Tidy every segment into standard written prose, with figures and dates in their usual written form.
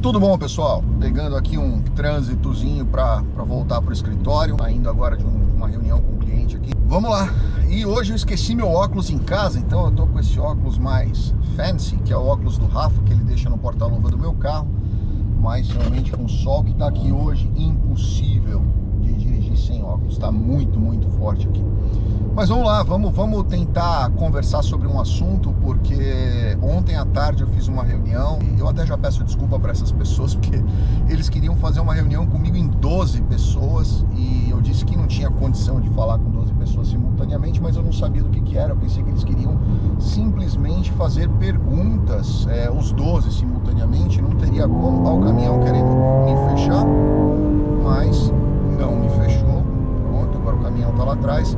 Tudo bom, pessoal? Pegando aqui um trânsitozinho para voltar para o escritório, saindo agora de uma reunião com um cliente aqui. Vamos lá! E hoje eu esqueci meu óculos em casa, então eu tô com esse óculos mais fancy, que é o óculos do Rafa, que ele deixa no porta-luva do meu carro. Mas realmente com o sol que tá aqui hoje, impossível de dirigir sem óculos, tá muito forte aqui. Mas vamos lá, vamos tentar conversar sobre um assunto, porque ontem à tarde eu fiz uma reunião e eu até já peço desculpa para essas pessoas, porque eles queriam fazer uma reunião comigo em 12 pessoas e eu disse que não tinha condição de falar com 12 pessoas simultaneamente, mas eu não sabia do que era. Eu pensei que eles queriam simplesmente fazer perguntas, os 12 simultaneamente, não teria como. Ó, o caminhão querendo me fechar, mas não me fechou. Pronto, agora o caminhão tá lá atrás.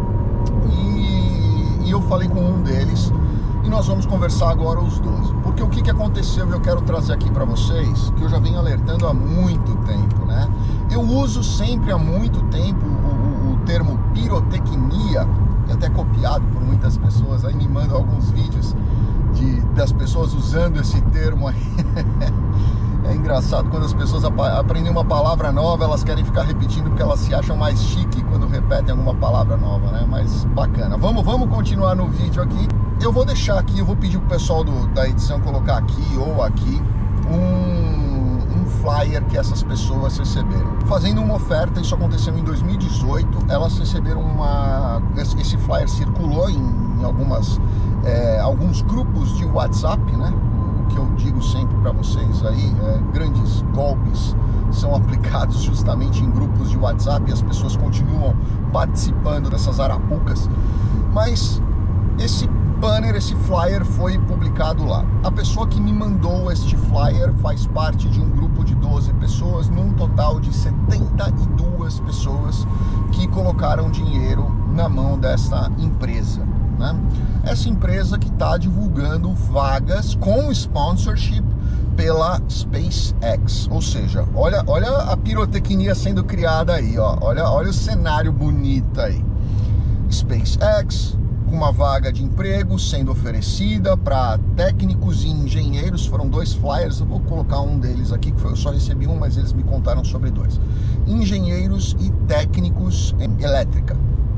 E eu falei com um deles e nós vamos conversar agora os 12. Porque o que aconteceu e eu quero trazer aqui para vocês, que eu já venho alertando há muito tempo, né? Eu uso sempre há muito tempo o termo pirotecnia, que é até copiado por muitas pessoas, aí me mandam alguns vídeos das pessoas usando esse termo aí. É engraçado quando as pessoas aprendem uma palavra nova, elas querem ficar repetindo porque elas se acham mais chique quando repetem alguma palavra nova, né? Mas bacana. Vamos continuar no vídeo aqui. Eu vou deixar aqui, eu vou pedir pro pessoal da edição colocar aqui ou aqui um flyer que essas pessoas receberam. Fazendo uma oferta, isso aconteceu em 2018, elas receberam esse flyer circulou em alguns grupos de WhatsApp, né? Que eu digo sempre para vocês aí, grandes golpes são aplicados justamente em grupos de WhatsApp e as pessoas continuam participando dessas arapucas, mas esse banner, esse flyer foi publicado lá. A pessoa que me mandou este flyer faz parte de um grupo de 12 pessoas, num total de 72 pessoas que colocaram dinheiro na mão dessa empresa, né? Essa empresa que está divulgando vagas com sponsorship pela SpaceX, ou seja, olha a pirotecnia sendo criada aí, ó. Olha o cenário bonito aí. SpaceX com uma vaga de emprego sendo oferecida para técnicos e engenheiros. Foram 2 flyers, eu vou colocar um deles aqui, que eu só recebi um, mas eles me contaram sobre 2. Engenheiros e técnicos em elétrica,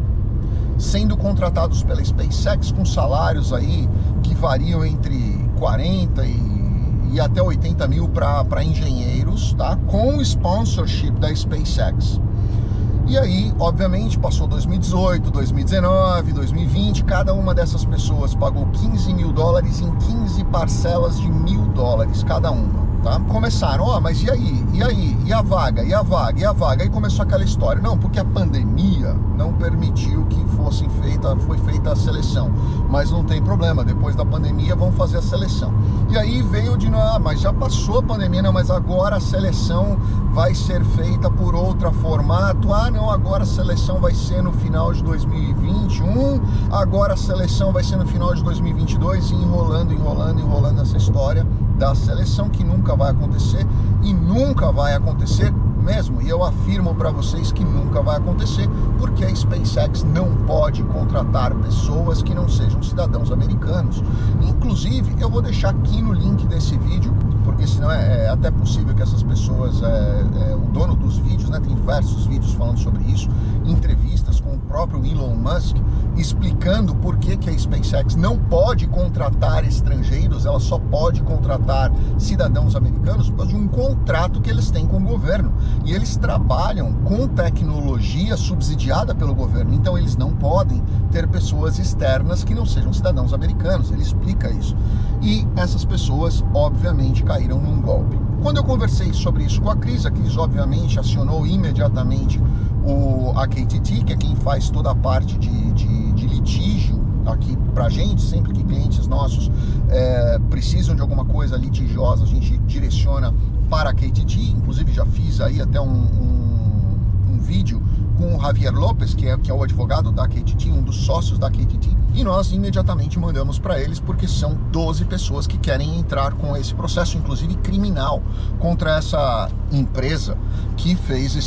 sendo contratados pela SpaceX com salários aí que variam entre 40 e até 80 mil para engenheiros, tá? Com sponsorship da SpaceX. E aí, obviamente, passou 2018, 2019, 2020, cada uma dessas pessoas pagou $15 mil em 15 parcelas de $1.000 cada uma. Tá? Começaram, mas e aí? E a vaga? E a vaga? E a vaga? Aí começou aquela história. Não, porque a pandemia não permitiu que foi feita a seleção. Mas não tem problema, depois da pandemia vão fazer a seleção. E aí veio de novo, mas já passou a pandemia, não, mas agora a seleção vai ser feita por outro formato. Não, agora a seleção vai ser no final de 2021, agora a seleção vai ser no final de 2022, e enrolando essa história da seleção, que nunca vai acontecer e nunca vai acontecer mesmo. E eu afirmo para vocês que nunca vai acontecer, porque a SpaceX não pode contratar pessoas que não sejam cidadãos americanos. Inclusive, eu vou deixar aqui no link desse vídeo, porque senão é até possível que essas pessoas, o dono dos vídeos, né, tem diversos vídeos falando sobre isso, entrevistas com o próprio Elon Musk, explicando por que a SpaceX não pode contratar estrangeiros, ela só pode contratar cidadãos americanos por causa de um contrato que eles têm com o governo. E eles trabalham com tecnologia subsidiada pelo governo, então eles não podem ter pessoas externas que não sejam cidadãos americanos. Ele explica isso. E essas pessoas, obviamente, caíram num golpe. Quando eu conversei sobre isso com a Cris obviamente acionou imediatamente a KTT, que é quem faz toda a parte de litígio aqui pra gente. Sempre que clientes nossos precisam de alguma coisa litigiosa, a gente direciona para a KTT. Inclusive já fiz aí até um vídeo com o Javier Lopes, que é o advogado da KTT, um dos sócios da KTT, e nós imediatamente mandamos para eles, porque são 12 pessoas que querem entrar com esse processo, inclusive criminal, contra essa empresa que fez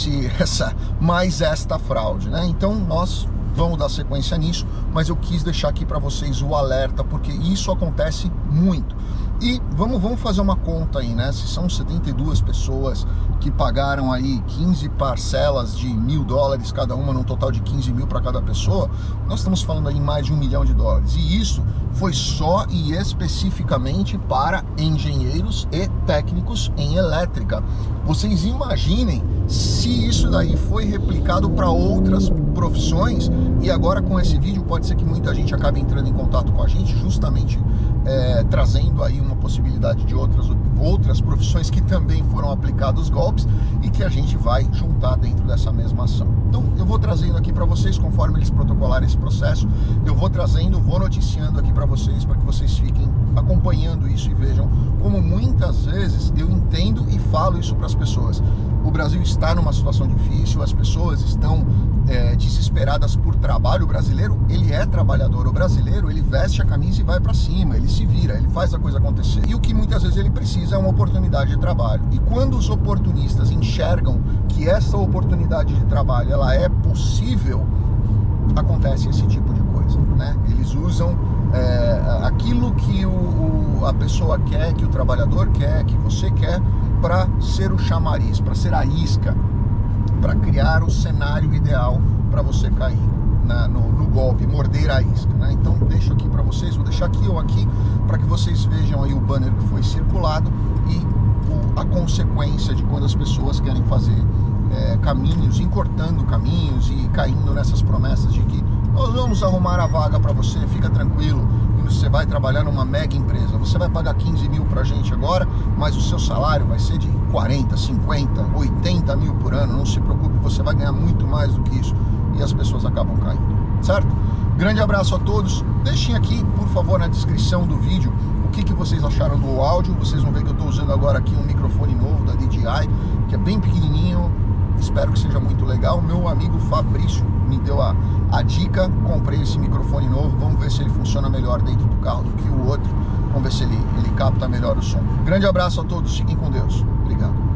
esta fraude, né? Então nós vamos dar sequência nisso, mas eu quis deixar aqui para vocês o alerta, porque isso acontece muito. E vamos fazer uma conta aí, né? Se são 72 pessoas que pagaram aí 15 parcelas de $1.000 cada uma, num total de 15 mil para cada pessoa, nós estamos falando aí em mais de $1 milhão. E isso foi só e especificamente para engenheiros e técnicos em elétrica. Vocês imaginem se isso daí foi replicado para outras profissões, e agora com esse vídeo pode ser que muita gente acabe entrando em contato com a gente, justamente trazendo aí uma possibilidade de outras profissões que também foram aplicados golpes e que a gente vai juntar dentro dessa mesma ação. Então eu vou trazendo aqui para vocês, conforme eles protocolarem esse processo, eu vou trazendo, vou noticiando aqui para vocês, para que vocês fiquem acompanhando isso e vejam como muitas vezes eu entendo e falo isso para as pessoas. O Brasil está numa situação difícil, as pessoas estão desesperadas por trabalho. O brasileiro, ele é trabalhador, o brasileiro, ele veste a camisa e vai para cima, ele se vira, ele faz a coisa acontecer. E o que muitas vezes ele precisa é uma oportunidade de trabalho. E quando os oportunistas enxergam que essa oportunidade de trabalho, ela é possível, acontece esse tipo de coisa, né? Eles usam aquilo que a pessoa quer, que o trabalhador quer, que você quer, para ser o chamariz, para ser a isca, para criar o cenário ideal para você cair no golpe, morder a isca, né? Então deixo aqui para vocês, vou deixar aqui ou aqui, para que vocês vejam aí o banner que foi circulado e a consequência de quando as pessoas querem fazer caminhos, encurtando caminhos e caindo nessas promessas de que nós vamos arrumar a vaga para você, fica tranquilo, você vai trabalhar numa mega empresa, você vai pagar 15 mil pra gente agora, mas o seu salário vai ser de 40, 50, 80 mil por ano, não se preocupe, você vai ganhar muito mais do que isso, e as pessoas acabam caindo, certo? Grande abraço a todos, deixem aqui, por favor, na descrição do vídeo, o que vocês acharam do áudio. Vocês vão ver que eu estou usando agora aqui um microfone novo da DJI, que é bem pequenininho, espero que seja muito legal. Meu amigo Fabrício me deu a dica, comprei esse microfone novo, vamos ver se ele funciona melhor dentro do carro do que o outro, vamos ver se ele capta melhor o som. Grande abraço a todos, fiquem com Deus, obrigado.